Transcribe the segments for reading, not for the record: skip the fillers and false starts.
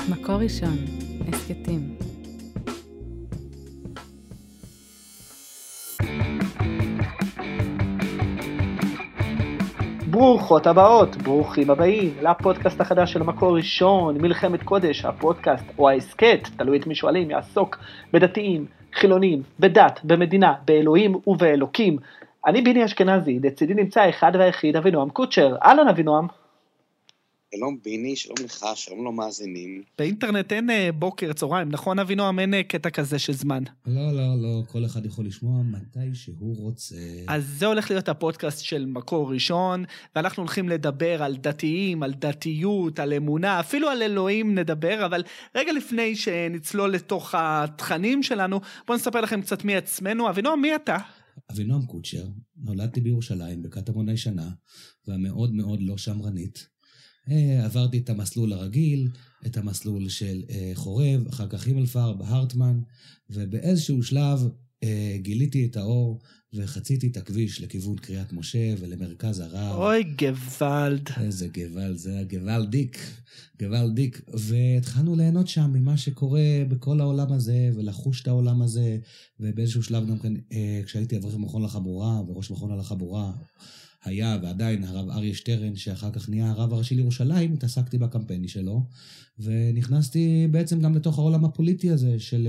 מקור ראשון, הסקטים. ברוכות הבאות, ברוכים הבאים לפודקאסט החדש של מקור ראשון, מלחמת קודש, הפודקאסט או ההסקט, תלוי את מי שואלים, יעסוק בדתיים, חילונים, בדת, במדינה, באלוהים ובאלוקים. אני ביני אשכנזי, לצידי נמצא אחד והיחיד אבינועם קוצ'ר. אהלן אבינועם. שלום ביני, שלום לך, שלום לא מאזינים. באינטרנט אין בוקר, צהריים, נכון אבינועם? אין קטע כזה של זמן. לא, כל אחד יכול לשמוע מתי שהוא רוצה. אז זה הולך להיות הפודקאסט של מקור ראשון, ואנחנו הולכים לדבר על דתיים, על דתיות, על אמונה, אפילו על אלוהים נדבר, אבל רגע לפני שנצלול לתוך התכנים שלנו, בואו נספר לכם קצת מי עצמנו. אבינועם, מי אתה? אבינועם קוצ'ר, נולדתי בירושלים בקטמון שנה, והמאוד מאוד לא שמרנית. עברתי את המסלול הרגיל, את המסלול של חורב, אחר כך הימלפר בהרטמן, ובאיזשהו שלב גיליתי את האור, וחציתי את הכביש לכיוון קריית משה ולמרכז הרב. אוי, גוואלד. איזה גוואלד, זה גוואלדיק. והתחלנו ליהנות שם ממה שקורה בכל העולם הזה, ולחוש את העולם הזה, ובאיזשהו שלב גם כן, כשהייתי אברך מכון לחבורה, וראש מכון לחבורה, היה ועדיין הרב אריה שטרן, שאחר כך נהיה הרב הראשי לירושלים, התעסקתי בקמפייני שלו, ונכנסתי בעצם גם לתוך העולם הפוליטי הזה של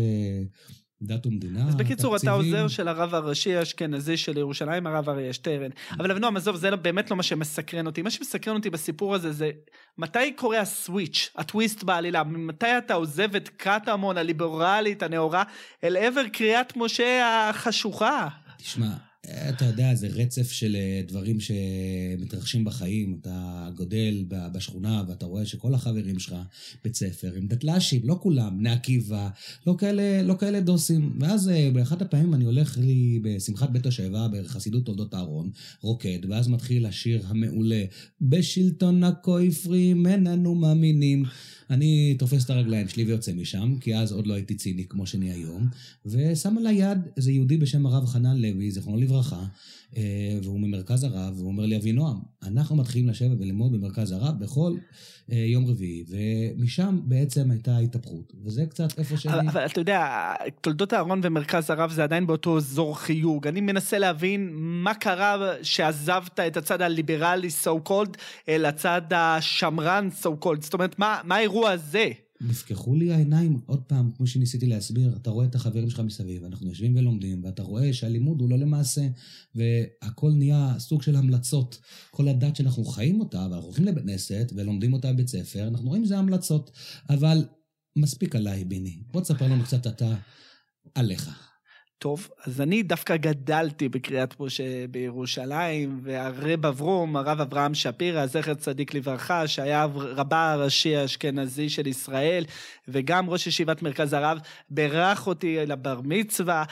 דת ומדינה. אז בקיצור, תקציבים. אתה עוזר של הרב הראשי האשכנזי של ירושלים, הרב אריה שטרן. אבל אבינועם, עזוב, זה באמת לא מה שמסקרן אותי. מה שמסקרן אותי בסיפור הזה זה, מתי קורה הסוויץ', הטוויסט בעלילה? מתי אתה עוזב את קטמון הליברלית, הנאורה, אל עבר קריאת משה החשוכה? תשמע, אתה יודע, זה רצף של דברים שמתרחשים בחיים, אתה גודל בשכונה ואתה רואה שכל החברים שלך בית ספר עם דתל"שים, לא כולם, בני עקיבא, לא כאלה דוסים. ואז באחת הפעמים אני הולך לי בשמחת בית השבע בחסידות תולדות אהרון, רוקד, ואז מתחיל השיר המעולה, בשלטון הכופרים אין אנו מאמינים. אני תופס את הרגליים שלי ויוצא משם, כי אז עוד לא הייתי ציני כמו שאני היום, ושם על היד איזה יהודי בשם הרב חנן לוי, זכרונו לברכה, והוא ממרכז הרב, והוא אומר לי, אבינועם, אנחנו מתחילים לשבת וללמוד במרכז הרב בכל יום רביעי, ומשם בעצם הייתה התהפכות, וזה קצת איפה שאני... אבל אתה יודע, תולדות אהרון ומרכז הרב זה עדיין באותו אזור חיוג. אני מנסה להבין מה קרה שעזבת את הצד הליברלי so called, לצד השמרן so called. זאת אומרת, מה האירוע הזה? נפקחו לי העיניים עוד פעם, כמו שניסיתי להסביר, אתה רואה את החברים שלך מסביב, אנחנו יושבים ולומדים, ואתה רואה שהלימוד הוא לא למעשה, והכל נהיה סוג של המלצות. כל הדת שאנחנו חיים אותה, ואנחנו הולכים לבית כנסת, ולומדים אותה בבית ספר, אנחנו רואים זה המלצות, אבל מספיק עליי, ביני. בוא תספר לנו קצת אתה עליך. טוב, אז אני דווקא גדלתי בקריאת משה בירושלים, והרב אברום, הרב אברהם שפירא, זכר צדיק לברכה, שהיה רבה הראשי האשכנזי של ישראל, וגם ראש ישיבת מרכז הרב, ברך אותי לבר מצווה,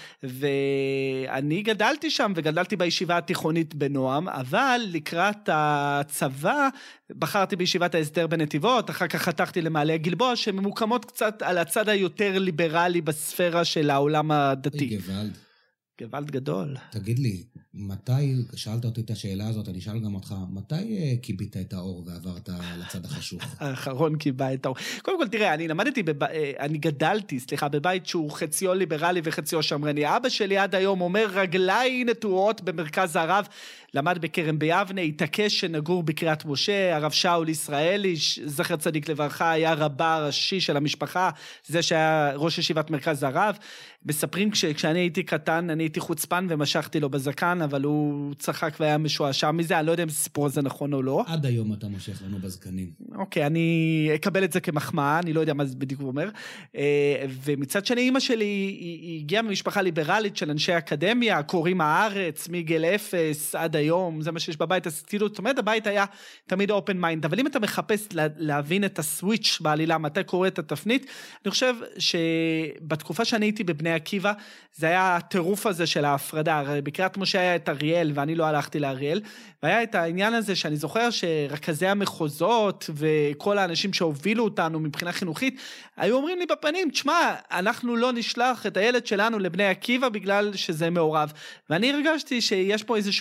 ואני גדלתי שם, וגדלתי בישיבה התיכונית בנועם, אבל לקראת הצבא, בחרתי בישיבת ההסדר בנתיבות, אחר כך חתכתי למעלה גלבוע, שממוקמות קצת על הצד היותר ליברלי בספירה של העולם הדתי. גוואלד גדול. תגיד לי, מתי, שאלת אותי את השאלה הזאת, אני אשאל גם אותך, מתי קיבית את האור ועברת לצד החשוך? האחרון קיבה את האור. קודם כל, תראה, אני גדלתי, בבית שהוא חציו ליברלי וחציו שמרני. אבא שלי עד היום אומר, רגליי נטועות במרכז הרב, למד בכרם ביבנה, התעקש שנגור בקריאת משה, הרב שאול ישראלי, זכר צדיק לברכה, היה רבה הראשי של המשפחה, זה שהיה ראש ישיבת מרכז הרב. מספרים כשאני הייתי קטן, אני הייתי חוצפן ומשכתי לו בזקן, אבל הוא צחק והיה משועשע מזה, אני לא יודע אם הסיפור הזה נכון או לא. עד היום אתה מושך לנו בזקנים. אוקיי, אני אקבל את זה כמחמאה, אני לא יודע מה זה בדיוק הוא אומר. ומצד שני, אמא שלי, היא הגיעה ממשפחה ליברלית של אנשי אקדמיה, קוראים הארץ, מגיל 0 עד היום, זה מה שיש בבית, אז כאילו, זאת אומרת, הבית היה תמיד open mind, אבל אם אתה מחפש להבין את הסוויץ' בעלילה, מתי קורא את התפנית, אני חושב שבתקופה שאני הייתי בבני עקיבא, זה היה הטירוף הזה של ההפרדה, בקריאת משה היה את אריאל, ואני לא הלכתי לאריאל, והיה את העניין הזה שאני זוכר שרכזי המחוזות, וכל האנשים שהובילו אותנו מבחינה חינוכית, היו אומרים לי בפנים, תשמע, אנחנו לא נשלח את הילד שלנו לבני עקיבא, בגלל שזה מעורב, ואני הרגשתי שיש פה איזשהו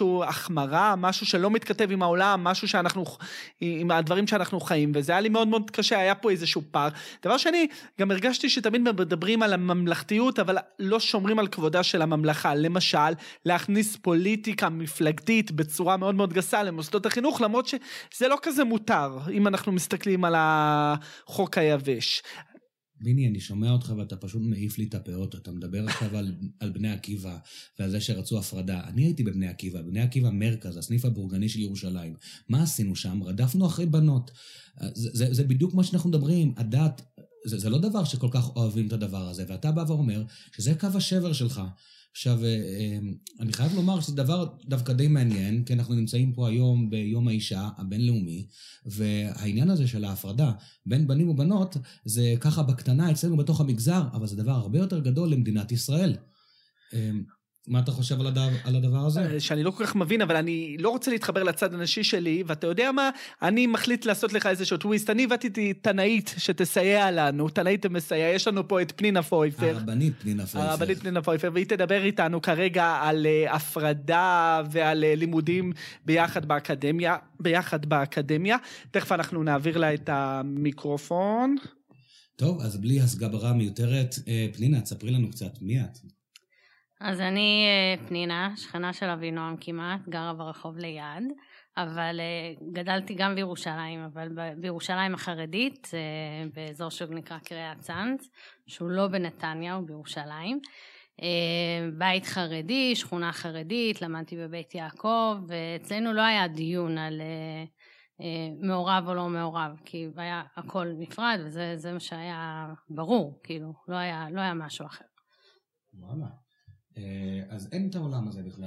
החמרה, משהו שלא מתכתב עם העולם, משהו עם הדברים שאנחנו חיים, וזה היה לי מאוד מאוד קשה, היה פה איזשהו פער. דבר שני, גם הרגשתי שתמיד מדברים על הממלכתיות, אבל לא שומרים על כבודה של הממלכה. למשל, להכניס פוליטיקה מפלגתית בצורה מאוד מאוד גסה למוסדות החינוך, למרות שזה לא כזה מותר, אם אנחנו מסתכלים על החוק היבש. ביני, אני שומע אותך ואתה פשוט מעיף לי את הפאות, אתה מדבר עכשיו על בני עקיבא ועל זה שרצו הפרדה. אני הייתי בבני עקיבא, בני עקיבא מרכז, הסניף הבורגני של ירושלים. מה עשינו שם? רדפנו אחרי בנות. זה בדיוק מה שאנחנו מדברים, הדת, זה לא דבר שכל כך אוהבים את הדבר הזה, ואתה בא ואומר שזה קו השבר שלך. עכשיו, אני חייב לומר שזה דבר דווקא די מעניין, כי אנחנו נמצאים פה היום ביום האישה הבינלאומי, והעניין הזה של ההפרדה בין בנים ובנות, זה ככה בקטנה אצלנו בתוך המגזר, אבל זה דבר הרבה יותר גדול למדינת ישראל. מה אתה חושב על הדבר הזה? שאני לא כל כך מבין, אבל אני לא רוצה להתחבר לצד הנשי שלי, ואתה יודע מה? אני מחליט לעשות לך איזשהו טוויסט. אני הבאתי תנאית שתסייע לנו, תנאית מסייע. יש לנו פה את פנינה פויפר. הרבנית פנינה פויפר. והיא תדבר איתנו כרגע על הפרדה ועל לימודים ביחד באקדמיה. תכף אנחנו נעביר לה את המיקרופון. טוב, אז בלי הסגברה מיותרת, פנינה, תספרי לנו קצת, מי את? אז אני פנינה, שכנה של אבינועם כמעט, גרה ברחוב ליד, אבל גדלתי גם בירושלים, אבל בירושלים החרדית, באזור שנקרא קריית צאנז, שהוא לא בנתניה, הוא בירושלים. בית חרדי, שכונה חרדית, למדתי בבית יעקב, ואצלנו לא היה דיון על מעורב או לא מעורב, כי היה הכל נפרד, וזה מה שהיה ברור, כאילו, לא היה משהו אחר. וואלה. אז אין את העולם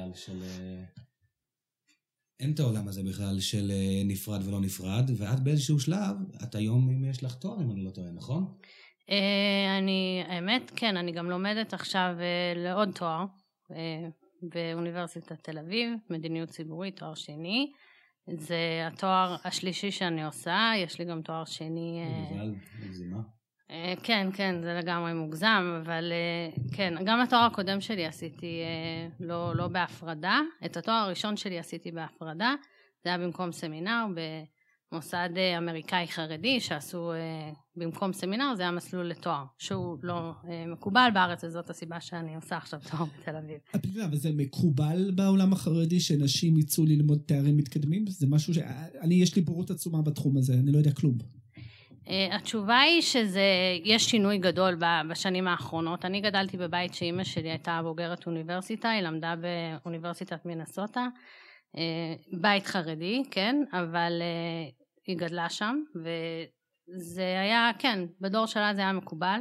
הזה בכלל של נפרד ולא נפרד, ואת באיזשהו שלב, את היום אם יש לך תואר, אם אני לא טועה, נכון? האמת, כן, אני גם לומדת עכשיו לעוד תואר, באוניברסיטת תל אביב, מדיניות ציבורית, תואר שני, זה התואר השלישי שאני עושה, יש לי גם תואר שני... בגלל מגזימה? כן, זה לגמרי מוגזם, אבל כן, גם התואר הקודם שלי עשיתי לא בהפרדה, את התואר הראשון שלי עשיתי בהפרדה, זה היה במקום סמינר, במוסד אמריקאי חרדי, שעשו במקום סמינר, זה היה מסלול לתואר, שהוא לא מקובל בארץ, וזאת הסיבה שאני עושה עכשיו תואר בתל אביב. אבל זה מקובל בעולם החרדי, שנשים יצאו ללמוד תארים מתקדמים? זה משהו יש לי בורות עצומה בתחום הזה, אני לא יודע כלום. התשובה היא שיש שינוי גדול בשנים האחרונות. אני גדלתי בבית שאימא שלי הייתה בוגרת אוניברסיטה, היא למדה באוניברסיטת מינסוטה, בית חרדי, כן, אבל היא גדלה שם, וזה היה, כן, בדור שלה זה היה מקובל,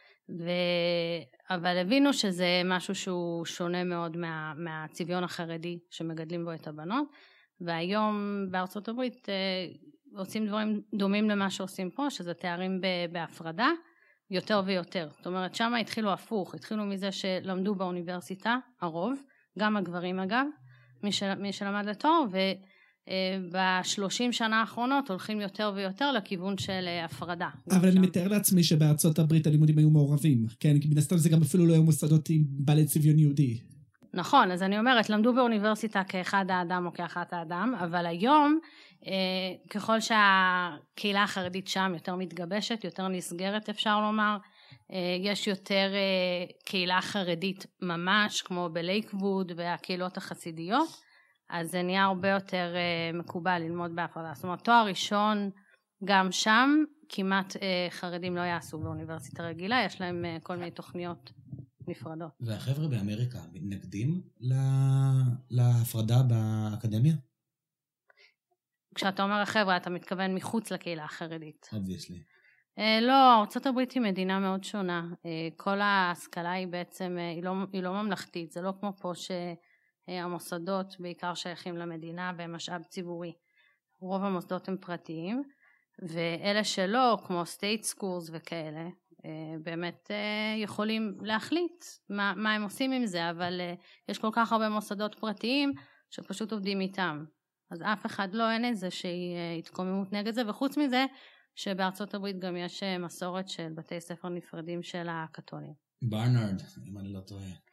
אבל הבינו שזה משהו שהוא שונה מאוד מהצביון החרדי שמגדלים בו את הבנות, והיום בארצות הברית עושים דברים דומים למה שעושים פה, שזה תארים בהפרדה, יותר ויותר. זאת אומרת, שם התחילו הפוך, התחילו מזה שלמדו באוניברסיטה, הרוב, גם הגברים אגב, מי שלמד לתואר, וב-30 שנה האחרונות הולכים יותר ויותר לכיוון של הפרדה. אבל אני מתאר לעצמי שבארצות הברית הלימודים היו מעורבים, כן? כי מן הסתם זה גם אפילו לא היו מוסדות עם בעלי צביון יהודי. נכון, אז אני אומרת, למדו באוניברסיטה כאחד האדם או כאחת האדם, אבל היום, ככל שהקהילה החרדית שם יותר מתגבשת, יותר נסגרת אפשר לומר, יש יותר קהילה חרדית ממש, כמו בלייקווד והקהילות החסידיות, אז זה נהיה הרבה יותר מקובל ללמוד בהפרדה. זאת אומרת, תואר ראשון גם שם, כמעט חרדים לא יעשו באוניברסיטה רגילה, יש להם כל מיני תוכניות נפרדות. והחבר'ה באמריקה מתנגדים להפרדה באקדמיה? כשאתה אומר החבר'ה, אתה מתכוון מחוץ לקהילה החרדית. Obviously. לא, ארצות הברית היא מדינה מאוד שונה. כל ההשכלה היא בעצם, היא לא ממלכתית. זה לא כמו פה שהמוסדות בעיקר שייכים למדינה והם משאב ציבורי. רוב המוסדות הם פרטיים, ואלה שלא, כמו state schools וכאלה, באמת יכולים להחליט מה הם עושים עם זה, אבל יש כל כך הרבה מוסדות פרטיים שפשוט עובדים איתם. אז אף אחד לא, אין איזושהי התקוממות נגד זה, וחוץ מזה שבארצות הברית גם יש מסורת של בתי ספר נפרדים של הקתולים. ברנרד, אם אני לא טועה.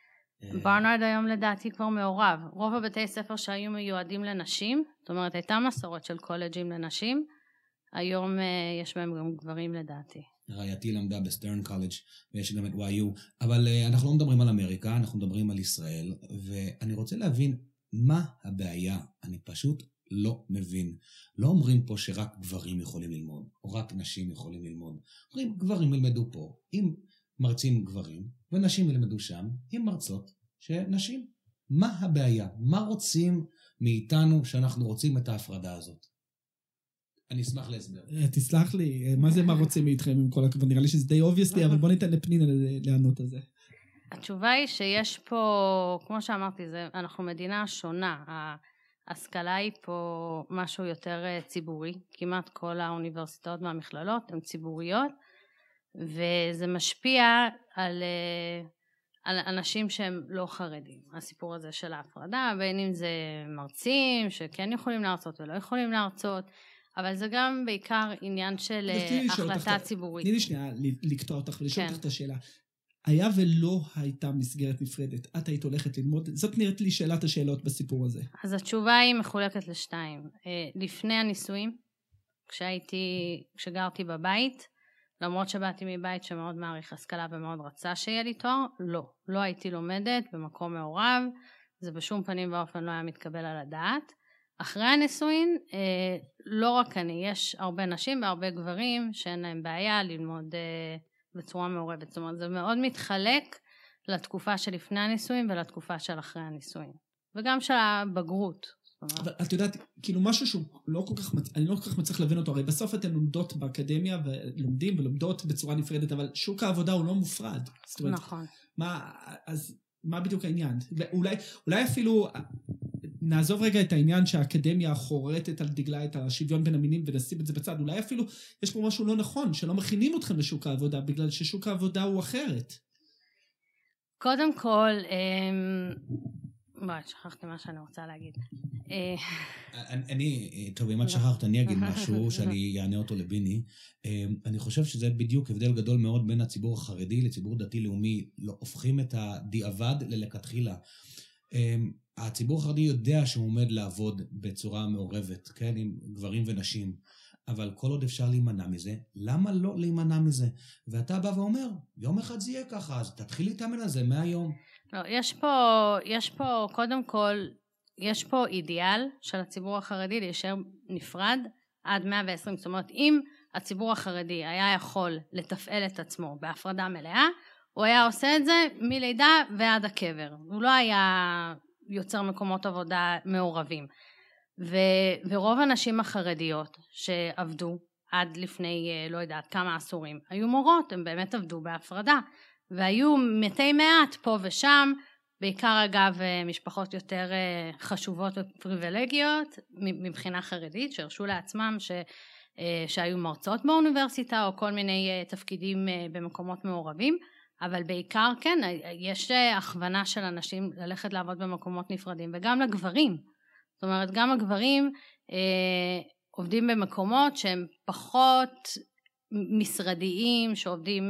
ברנרד היום לדעתי כבר מעורב. רוב הבתי ספר שהיו מיועדים לנשים, זאת אומרת הייתה מסורת של קולג'ים לנשים, היום יש בהם גם גברים לדעתי. רעייתי למדה בסטרן קולג' ויש גם את YU, אבל אנחנו לא מדברים על אמריקה, אנחנו מדברים על ישראל, ואני רוצה להבין מה הבעיה, אני פשוט לא מבין. לא אומרים פה שרק גברים יכולים ללמוד, או רק נשים יכולים ללמוד. אומרים גברים ילמדו פה, עם מרצים גברים, ונשים ילמדו שם, עם מרצות שנשים. מה הבעיה? מה רוצים מאיתנו שאנחנו רוצים את ההפרדה הזאת? אני אשמח להסבר. תסלח לי, מה זה מה רוצים מאיתכם עם כל הכבוד? נראה לי שזה די obviously, אבל בוא ניתן לפנינה לענות על זה. התשובה היא שיש פה, כמו שאמרתי, אנחנו מדינה שונה. ההשכלה היא פה משהו יותר ציבורי. כמעט כל האוניברסיטאות והמכללות הן ציבוריות, וזה משפיע על אנשים שהם לא חרדים. הסיפור הזה של ההפרדה, בין אם זה מרצים שכן יכולים להרצות ולא יכולים להרצות, אבל זה גם בעיקר עניין של החלטה ציבורית. תני לי שנייה לקטוע אותך ולשאול אותך את השאלה. היה ולא הייתה מסגרת נפרדת, את היית הולכת ללמוד? זאת נראית לי שאלת השאלות בסיפור הזה. אז התשובה היא מחולקת לשתיים. לפני הנישואים, כשגרתי בבית, למרות שבאתי מבית שמאוד מעריך השכלה ומאוד רצה שיהיה לי תואר, לא הייתי לומדת במקום מעורב, זה בשום פנים ואופן לא היה מתקבל על הדעת. אחרי הנישואין, לא רק אני, יש הרבה נשים והרבה גברים שאין להם בעיה ללמוד בצורה מעורבת. זאת אומרת, זה מאוד מתחלק לתקופה שלפני הנישואין ולתקופה של אחרי הנישואין. וגם של הבגרות. אבל את יודעת, כאילו משהו שהוא אני לא כל כך מצליח להבין אותו, הרי בסוף אתן לומדות באקדמיה ולומדים ולומדות בצורה נפרדת, אבל שוק העבודה הוא לא מופרד. נכון. אז מה בדיוק העניין? אולי אפילו נעזוב רגע את העניין שהאקדמיה חורטת על דגלה את השוויון בין המינים ונשים את זה בצד, אולי אפילו יש פה משהו לא נכון, שלא מכינים אתכם לשוק העבודה, בגלל ששוק העבודה הוא אחרת. קודם כל, שכחתי מה שאני רוצה להגיד. טוב, אם את שכחת, אני אגיד משהו שאני אענה אותו לביני. אני חושב שזה בדיוק הבדל גדול מאוד בין הציבור החרדי לציבור דתי-לאומי, לא הופכים את הדיעבד ללכתחילה. הציבור החרדי יודע שהוא עומד לעבוד בצורה מעורבת, כן, עם גברים ונשים, אבל כל עוד אפשר להימנע מזה, למה לא להימנע מזה? ואתה בא ואומר, יום אחד זה יהיה ככה, אז תתחיל להתאמן על זה מהיום. לא, יש פה, קודם כל, יש פה אידיאל של הציבור החרדי להישאר נפרד עד 120, זאת אומרת, אם הציבור החרדי היה יכול לתפעל את עצמו בהפרדה מלאה, הוא היה עושה את זה מלידה ועד הקבר. הוא לא היה יוצר מקומות עבודה מעורבים. ורוב הנשים החרדיות שעבדו עד לפני, לא יודעת, כמה עשורים, היו מורות, הם באמת עבדו בהפרדה. והיו מתי מעט פה ושם, בעיקר אגב משפחות יותר חשובות ופריבילגיות מבחינה חרדית, שהרשו לעצמם שהיו מרצות באוניברסיטה או כל מיני תפקידים במקומות מעורבים, אבל בעיקר כן, יש הכוונה של אנשים ללכת לעבוד במקומות נפרדים, וגם לגברים. זאת אומרת, גם הגברים עובדים במקומות שהם פחות משרדיים, שעובדים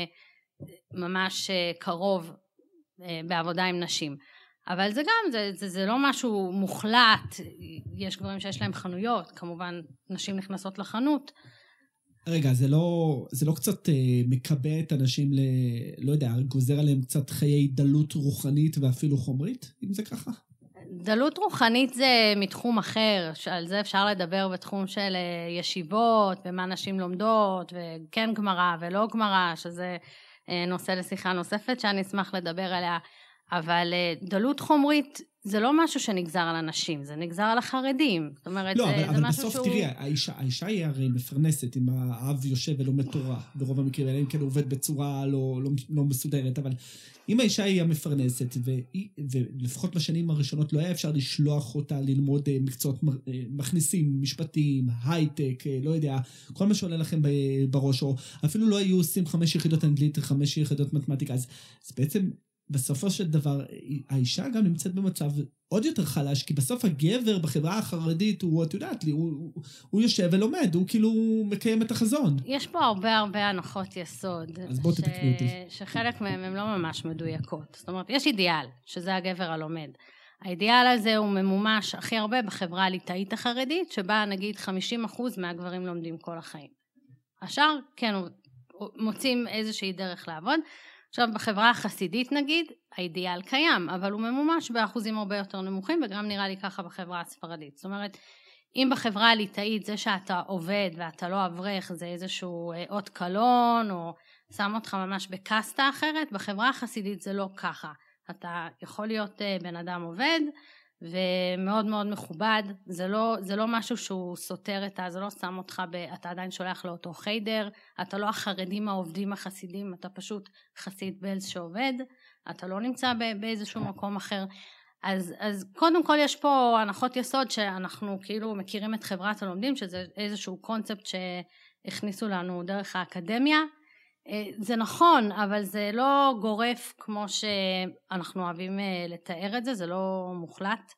ממש קרוב בעבודה עם נשים. אבל זה גם, זה לא משהו מוחלט, יש גברים שיש להם חנויות, כמובן נשים נכנסות לחנות. רגע, זה לא קצת מקבע את אנשים לא יודע, גוזר עליהם קצת חיי דלות רוחנית ואפילו חומרית, אם זה ככה? דלות רוחנית זה מתחום אחר, על זה אפשר לדבר בתחום של ישיבות, ומה נשים לומדות, וכן גמרא ולא גמרא, שזה נושא לשיחה נוספת שאני אשמח לדבר עליה, אבל דלות חומרית זה לא משהו שנגזר על אנשים, זה נגזר על החרדים. זאת אומרת, לא, זה אבל משהו בסוף שהוא... תראי, האישה היא הרי מפרנסת, אם האב יושב ולומד תורה, ברוב המקרים, אלא אם כן הוא עובד בצורה לא מסודרת, אבל אם האישה היא המפרנסת, ולפחות בשנים הראשונות לא היה אפשר לשלוח אותה ללמוד מקצועות מכניסים, משפטיים, הייטק, לא יודע, כל מה שעולה לכם בראש, או אפילו לא היו עושים 5 יחידות אנגלית, 5 יחידות מתמטיקה, אז בעצם בסופו של דבר, האישה גם נמצאת במצב עוד יותר חלש, כי בסוף הגבר בחברה החרדית, הוא, את יודעת לי, הוא יושב ולומד, הוא כאילו מקיים את החזון. יש פה הרבה הנחות יסוד. אז בוא תתקני אותי. שחלק מהם הם לא ממש מדויקות. זאת אומרת, יש אידיאל, שזה הגבר הלומד. האידיאל הזה הוא ממומש הכי הרבה בחברה הליטאית החרדית, שבה נגיד 50% מהגברים לומדים כל החיים. השאר, כן, מוצאים איזושהי דרך לעבוד. עכשיו, בחברה החסידית נגיד, האידיאל קיים, אבל הוא ממומש באחוזים הרבה יותר נמוכים, וגם נראה לי ככה בחברה הספרדית. זאת אומרת, אם בחברה הליטאית זה שאתה עובד ואתה לא אברך, זה איזשהו אות קלון, או שם אותך ממש בקסטה אחרת, בחברה החסידית זה לא ככה. אתה יכול להיות בן אדם עובד, ומאוד מאוד מכובד, זה לא משהו שהוא סותר זה לא שם אותך, אתה עדיין שולח לאותו חיידר, אתה לא החרדים העובדים החסידים, אתה פשוט חסיד בלז שעובד, אתה לא נמצא באיזשהו מקום אחר, אז קודם כל יש פה הנחות יסוד שאנחנו כאילו מכירים את חברת הלומדים, שזה איזשהו קונספט שהכניסו לנו דרך האקדמיה, זה נכון, אבל זה לא גורף כמו שאנחנו אוהבים לתאר את זה, זה לא מוחלט,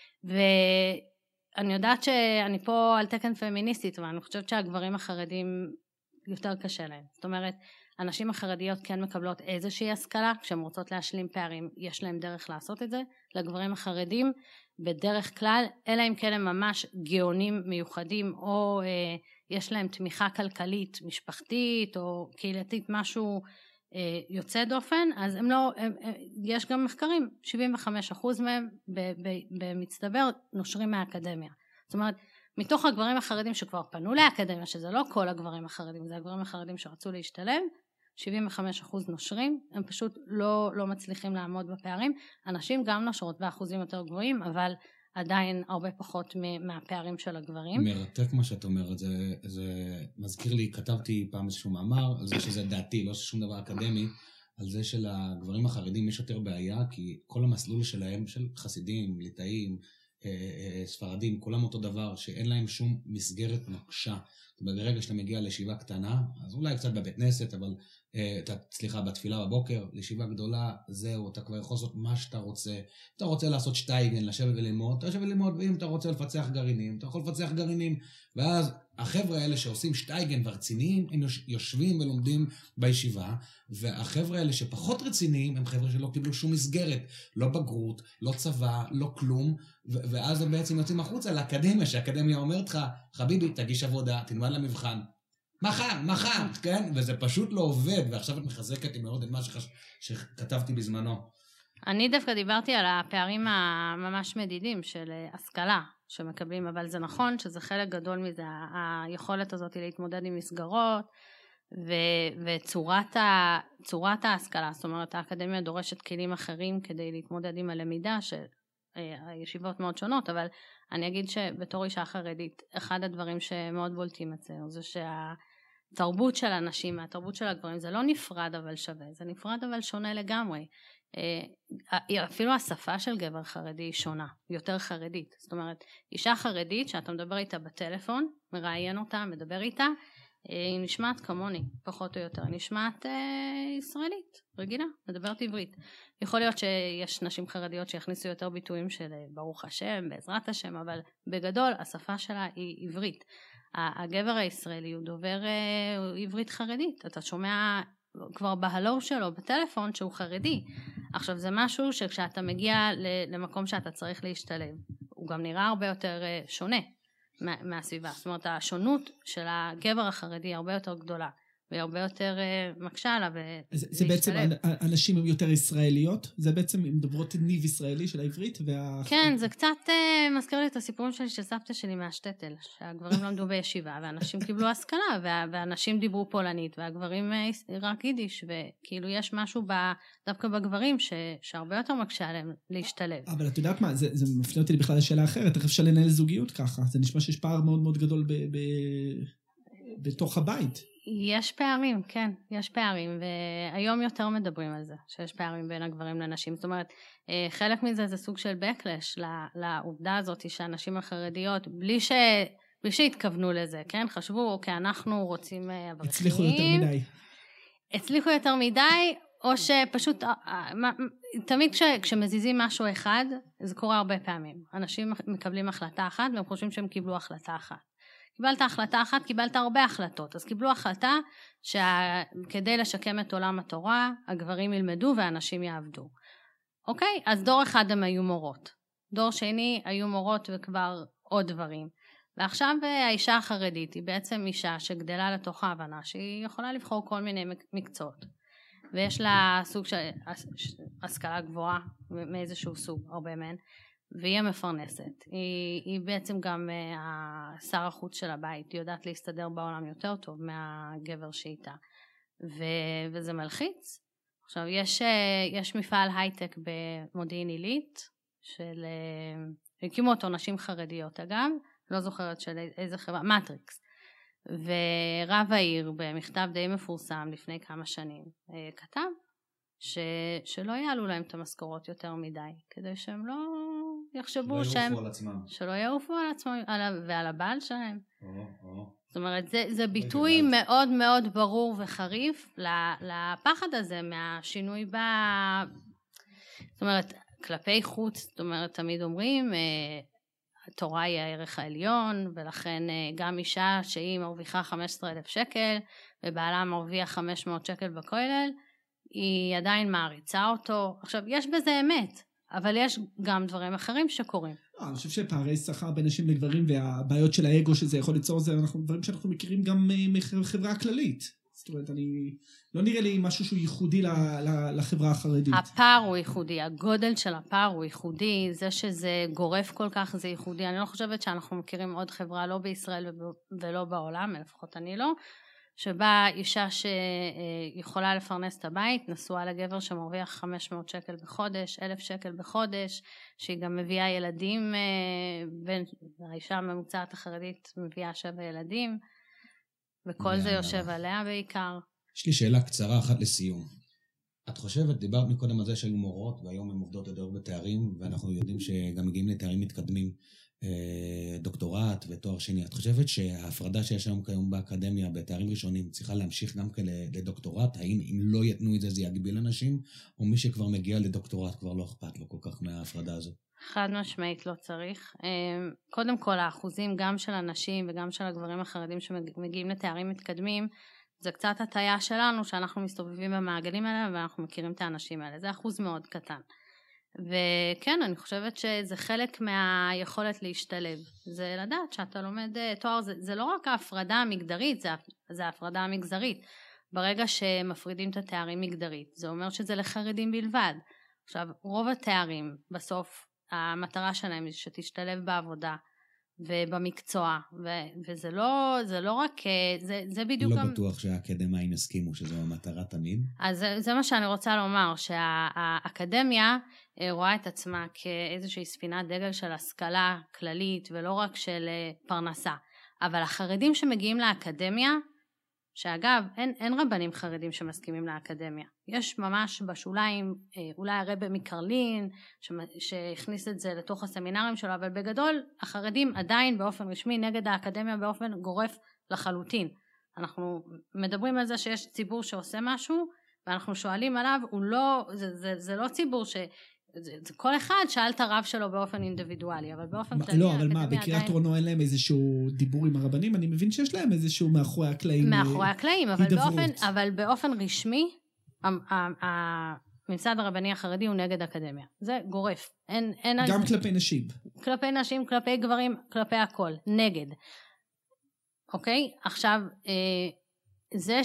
ואני יודעת שאני פה על תקן פמיניסטית, ואני חושבת שהגברים החרדים יותר קשה להם, זאת אומרת, הנשים החרדיות כן מקבלות איזושהי השכלה, כשהן רוצות להשלים פערים, יש להם דרך לעשות את זה, לגברים החרדים בדרך כלל, אלא אם כן הם ממש גאונים מיוחדים, או יש להם תמיכה כלכלית, משפחתית, או קהילתית, משהו יוצא דופן, אז הם לא, יש גם מחקרים, 75% מהם במצטבר נושרים מהאקדמיה. זאת אומרת, מתוך הגברים החרדים שכבר פנו לאקדמיה, שזה לא כל הגברים החרדים, זה הגברים החרדים שרצו להשתלב, 75% נושרים, הם פשוט לא מצליחים לעמוד בפערים. אנשים גם נושרות באחוזים יותר גבוהים, אבל עדיין הרבה פחות מהפערים של הגברים. מרתק מה שאת אומרת, זה מזכיר לי, כתבתי פעם איזשהו מאמר, על זה שזה דעתי, לא שום דבר אקדמי, על זה שלגברים החרדים יש יותר בעיה, כי כל המסלול שלהם, של חסידים, ליטאים, ספרדים, כולם אותו דבר, שאין להם שום מסגרת נוקשה. ברגע שאתה מגיע לישיבה קטנה, אז אולי קצת בבית כנסת, אבל סליחה, בתפילה בבוקר, לישיבה גדולה, זהו, אתה כבר יכול לעשות מה שאתה רוצה. אתה רוצה לעשות שטייגן, לשבת וללמוד, אתה יושב וללמוד, ואם אתה רוצה לפצח גרעינים, אתה יכול לפצח גרעינים, ואז החבר'ה האלה שעושים שטייגן ורציניים, הם יושבים ולומדים בישיבה, והחבר'ה האלה שפחות רציניים, הם חבר'ה שלא קיבלו שום מסגרת, לא בגרות, לא צבא, לא כלום, ואז הם בעצם יוצאים החוצה לאקדמיה, שהאקדמיה אומרת לך, חביבי, תגיש עבודה, תלמד למבחן, מחר, כן? וזה פשוט לא עובד, ועכשיו את מחזקת עם מאוד את מה שכתבתי בזמנו. אני דווקא דיברתי על הפערים הממש מדידים של השכלה שמקבלים, אבל זה נכון שזה חלק גדול מזה, היכולת הזאת להתמודד עם מסגרות, וצורת ההשכלה, זאת אומרת האקדמיה דורשת כלים אחרים כדי להתמודד עם הלמידה, שהישיבות מאוד שונות, אבל אני אגיד שבתור אישה חרדית, אחד הדברים שמאוד בולטים אצלנו, זה שהתרבות של הנשים, התרבות של הגברים, זה לא נפרד אבל שווה, זה נפרד אבל שונה לגמרי. אפילו השפה של גבר חרדי היא שונה, יותר חרדית. זאת אומרת, אישה חרדית שאתה מדבר איתה בטלפון, מראיין אותה, מדבר איתה, היא נשמעת כמוני, פחות או יותר, נשמעת ישראלית, רגילה, מדברת עברית. יכול להיות שיש נשים חרדיות שיכניסו יותר ביטויים של ברוך השם, בעזרת השם, אבל בגדול השפה שלה היא עברית. הגבר הישראלי הוא דובר עברית חרדית, אתה שומע כבר בהלו שלו בטלפון שהוא חרדי. עכשיו זה משהו שכשאתה מגיע למקום שאתה צריך להשתלב, הוא גם נראה הרבה יותר שונה מהסביבה. זאת אומרת, השונות של הגבר החרדי הרבה יותר גדולה, והיא הרבה יותר מקשה עליו להשתלב. זה בעצם, הנשים הן יותר ישראליות? זה בעצם, הן מדברות ניב ישראלי של העברית? כן, זה קצת מזכיר לי את הסיפורים שלי של סבתא שלי מהשטטל, שהגברים למדו בישיבה, ואנשים קיבלו השכלה, והנשים דיברו פולנית, והגברים רק יידיש, וכאילו יש משהו דווקא בגברים שהרבה יותר מקשה עליהם להשתלב. אבל את יודעת מה, זה מפנה אותי בכלל לשאלה אחרת, איך אפשר לנהל זוגיות ככה? זה נשמע שיש פער מאוד מאוד גדול בתוך הבית. יש פערים, כן, יש פערים, והיום יותר מדברים על זה, שיש פערים בין הגברים לנשים. זאת אומרת, חלק מזה זה סוג של backlash לעובדה הזאת שהנשים החרדיות, בלי שהתכוונו לזה, כן, חשבו, אוקיי, אנחנו רוצים אברכים. הצליחו יותר מדי. הצליחו יותר מדי, או שפשוט, תמיד כשמזיזים משהו אחד, זה קורה הרבה פעמים. אנשים מקבלים החלטה אחת, והם חושבים שהם קיבלו החלטה אחת. קיבלת החלטה אחת, קיבלת הרבה החלטות. אז קיבלו החלטה שכדי לשקם את עולם התורה, הגברים ילמדו והאנשים יעבדו. אוקיי? אז דור אחד הם היו מורות. דור שני היו מורות וכבר עוד דברים. ועכשיו האישה החרדית היא בעצם אישה שגדלה לתוך ההבנה שהיא יכולה לבחור כל מיני מקצועות. ויש לה סוג של השכלה גבוהה מאיזשהו סוג, הרבה מהן, והיא המפרנסת. היא בעצם גם שר החוץ של הבית, היא יודעת להסתדר בעולם יותר טוב מהגבר שאיתה. וזה מלחיץ. עכשיו, יש מפעל הייטק במודיעין עילית, הקימו אותו נשים חרדיות אגב, לא זוכרת של איזה חברה, מטריקס. ורב העיר במכתב די מפורסם לפני כמה שנים כתב שלא יעלו להם את המשכורות יותר מדי, כדי שהם לא יחשבו שהם... שלא יעופו על עצמם ועל הבעל שלהם. זאת אומרת, זה ביטוי מאוד מאוד ברור וחריף לפחד הזה מהשינוי זאת אומרת, כלפי חוץ, זאת אומרת, תמיד אומרים... התורה היא הערך העליון, ולכן גם אישה שהיא מרוויחה 15,000 שקל, ובעלה מרוויח 500 שקל בכולל, היא עדיין מעריצה אותו. עכשיו, יש בזה אמת, אבל יש גם דברים אחרים שקורים. אני חושב שפערי שכר בין נשים לגברים, והבעיות של האגו שזה יכול ליצור, זה דברים שאנחנו מכירים גם מחברה הכללית. זאת אומרת, לא נראה לי משהו שהוא ייחודי לחברה החרדית. הפער הוא ייחודי, הגודל של הפער הוא ייחודי, זה שזה גורף כל כך זה ייחודי. אני לא חושבת שאנחנו מכירים עוד חברה, לא בישראל ולא בעולם, לפחות אני לא, שבה אישה שיכולה לפרנס את הבית, נשואה לגבר שמרוויח 500 שקל בחודש, 1,000 שקל בחודש, שהיא גם מביאה ילדים, האישה הממוצעת החרדית מביאה 7 ילדים, וכל זה יושב עליה בעיקר. יש לי שאלה קצרה אחת לסיום. את חושבת, דיברת מקודם על זה שהיו מורות, והיום הן עובדות יותר בתארים, ואנחנו יודעים שגם מגיעים לתארים מתקדמים, דוקטורט ותואר שני. את חושבת שההפרדה שיש היום כיום באקדמיה, בתארים ראשונים, צריכה להמשיך גם לדוקטורט? האם אם לא יתנו את זה, זה יגביל אנשים? או מי שכבר מגיע לדוקטורט כבר לא אכפת לו כל כך מההפרדה הזאת? חד משמעית לא צריך. קודם כל, האחוזים גם של הנשים וגם של הגברים החרדים שמגיעים לתארים מתקדמים, זה קצת הטעיה שלנו שאנחנו מסתובבים במעגלים האלה ואנחנו מכירים את האנשים האלה. זה אחוז מאוד קטן. וכן, אני חושבת שזה חלק מהיכולת להשתלב. זה לדעת שאתה לומד תואר, זה לא רק ההפרדה המגדרית, זה ההפרדה המגזרית. ברגע שמפרידים את התארים מגדרית, זה אומר שזה לחרדים בלבד. עכשיו, רוב התארים בסוף, המטרה שלהם היא שתשתלב בעבודה ובמקצוע, וזה לא רק, זה בדיוק לא גם... לא בטוח שהאקדמיים יסכימו שזו המטרה תמיד. אז זה מה שאני רוצה לומר, שהאקדמיה רואה את עצמה כאיזושהי ספינת דגל של השכלה כללית, ולא רק של פרנסה. אבל החרדים שמגיעים לאקדמיה, שאגב, אין רבנים חרדים שמסכימים לאקדמיה. יש ממש בשוליים, אולי הרב מקרלין, שהכניס את זה לתוך הסמינרים שלו, אבל בגדול, החרדים עדיין באופן רשמי נגד האקדמיה באופן גורף לחלוטין. אנחנו מדברים על זה שיש ציבור שעושה משהו, ואנחנו שואלים עליו, זה לא ציבור זה כל אחד שאל את הרב שלו באופן אינדיבידואלי, אבל באופן כללי... לא, אבל מה, בקריית אונו אין להם איזשהו דיבור עם הרבנים? אני מבין שיש להם איזשהו מאחורי הקלעים. מאחורי הקלעים, אבל באופן רשמי, הממסד הרבני החרדי הוא נגד אקדמיה. זה גורף. גם כלפי נשים. כלפי נשים, כלפי גברים, כלפי הכל. נגד. אוקיי? עכשיו, זה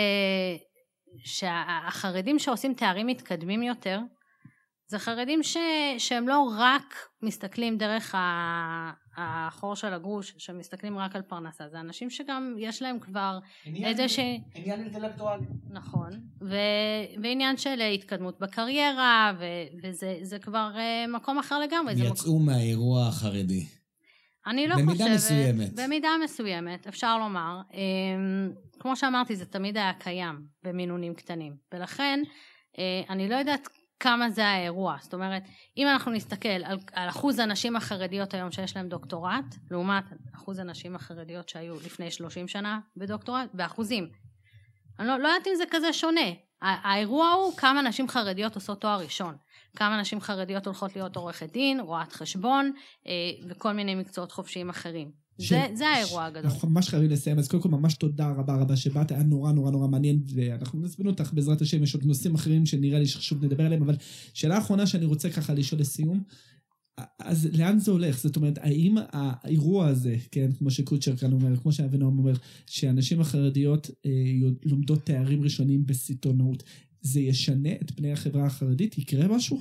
שהחרדים שעושים תארים מתקדמים יותר, זה חרדים שהם לא רק מסתכלים דרך החור של הגרוש, שמסתכלים רק על פרנסה, זה אנשים שגם יש להם כבר עניין אינטלקטואלי. נכון, ועניין של התקדמות בקריירה, וזה כבר מקום אחר לגמרי. יצאו מהאירוע החרדי. אני לא במידה חושבת, מסוימת. במידה מסוימת, אפשר לומר. כמו שאמרתי, זה תמיד היה קיים במינונים קטנים, ולכן אני לא יודעת כמה זה האירוע. זאת אומרת, אם אנחנו נסתכל על אחוז הנשים החרדיות היום שיש להם דוקטורט, לעומת אחוז הנשים החרדיות שהיו לפני 30 שנה בדוקטורט, באחוזים. אני לא יודעת אם זה כזה שונה. האירוע הוא כמה נשים חרדיות עושות תואר ראשון, כמה נשים חרדיות הולכות להיות עורכת דין, רואת חשבון, וכל מיני מקצועות חופשיים אחרים. זה האירוע הגדול. אנחנו ממש חייבים לסיים, אז קודם כל ממש תודה רבה שבאת, היה נורא מעניין, ואנחנו נזמין אותך בעזרת השם, יש עוד נושאים אחרים שנראה לי שחשוב נדבר עליהם, אבל שאלה האחרונה שאני רוצה ככה לשאול לסיום, אז לאן זה הולך? זאת אומרת, האם האירוע הזה, כן, כמו שקוצ'ר כאן אומר, כמו שאבינועם אומר, שהנשים החרדיות לומדות תארים ראשונים בסיטונאות, זה ישנה את פני החברה החרדית? יקרה משהו?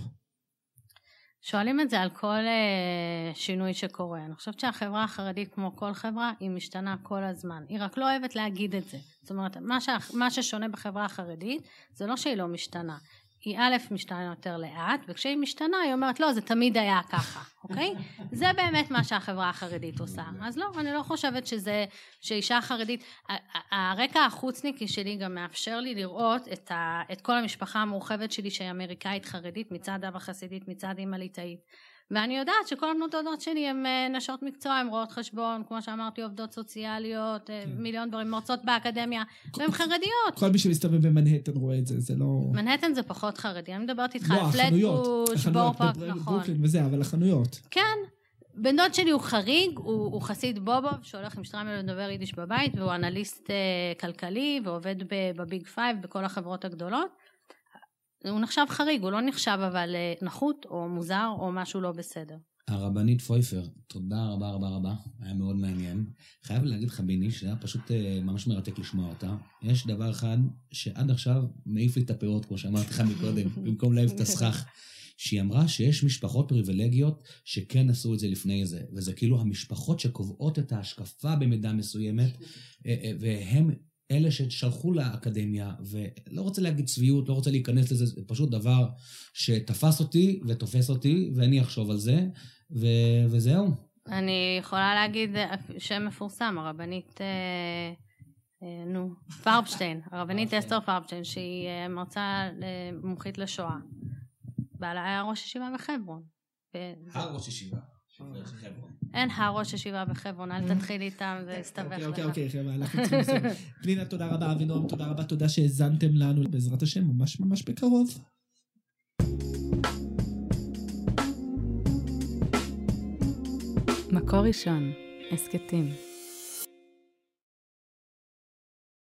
שואלים את זה על כל שינוי שקורה. אני חושבת שהחברה החרדית, כמו כל חברה, היא משתנה כל הזמן. היא רק לא אוהבת להגיד את זה. זאת אומרת, מה ששונה בחברה החרדית, זה לא שהיא לא משתנה. היא א' משתנה יותר לאט, וכשהיא משתנה, היא אומרת, לא, זה תמיד היה ככה, אוקיי? זה באמת מה שהחברה החרדית עושה. אז לא, אני לא חושבת שאישה חרדית, הרקע החוצניקי שלי גם מאפשר לי לראות את כל המשפחה המורחבת שלי, שהיא אמריקאית חרדית, מצד אבא חסידית, מצד אמא ליטאית. ואני יודעת שכל הבנות דודות שלי הן נשות מקצוע, הן רואות חשבון, כמו שאמרתי, עובדות סוציאליות, מיליון דברים, מרצות באקדמיה, והן חרדיות. כל מי שמסתובב במנהטן רואה את זה, זה לא... מנהטן זה פחות חרדי, אני מדברת איתך על פלטבוש, בורפארק, נכון. ברוקלין וזה, אבל החנויות. כן, בן דוד שלי הוא חריג, הוא חסיד בובוב, שהולך עם שטריימל לדבר יידיש בבית, והוא אנליסט כלכלי, ועובד בביג פייב, בכל החברות הגדולות. הוא נחשב חריג, הוא לא נחשב אבל נחות או מוזר או משהו לא בסדר. הרבנית פויפר, תודה רבה, היה מאוד מעניין. חייב להגיד לך ביני שהיה פשוט ממש מרתק לשמוע אותה. יש דבר אחד שעד עכשיו מעיף לי את הפירות, כמו שאמרתי לך מקודם, במקום להעיף את הסכך, שהיא אמרה שיש משפחות פריבילגיות שכן עשו את זה לפני זה, וזה כאילו המשפחות שקובעות את ההשקפה במידה מסוימת, והם אלה ששלחו לאקדמיה, ולא רוצה להגיד צביעות, לא רוצה להיכנס לזה, זה פשוט דבר שתפס אותי ותופס אותי, ואני אחשוב על זה, וזהו. אני יכולה להגיד שם מפורסם, הרבנית, פרבשטיין, הרבנית אסתר פרבשטיין, שהיא מרצה מומחית לשואה. בעלה היה ראש ישיבה בחברון. הראש ישיבה. אין הראש ישיבה בחברון, אל תתחיל איתם, זה יסתבך לך. אוקיי, אנחנו צריכים לסיים. פנינה, תודה רבה, אבינועם, תודה רבה, תודה שהזנתם לנו, בעזרת השם, ממש בקרוב. מקור ראשון, הסקטים.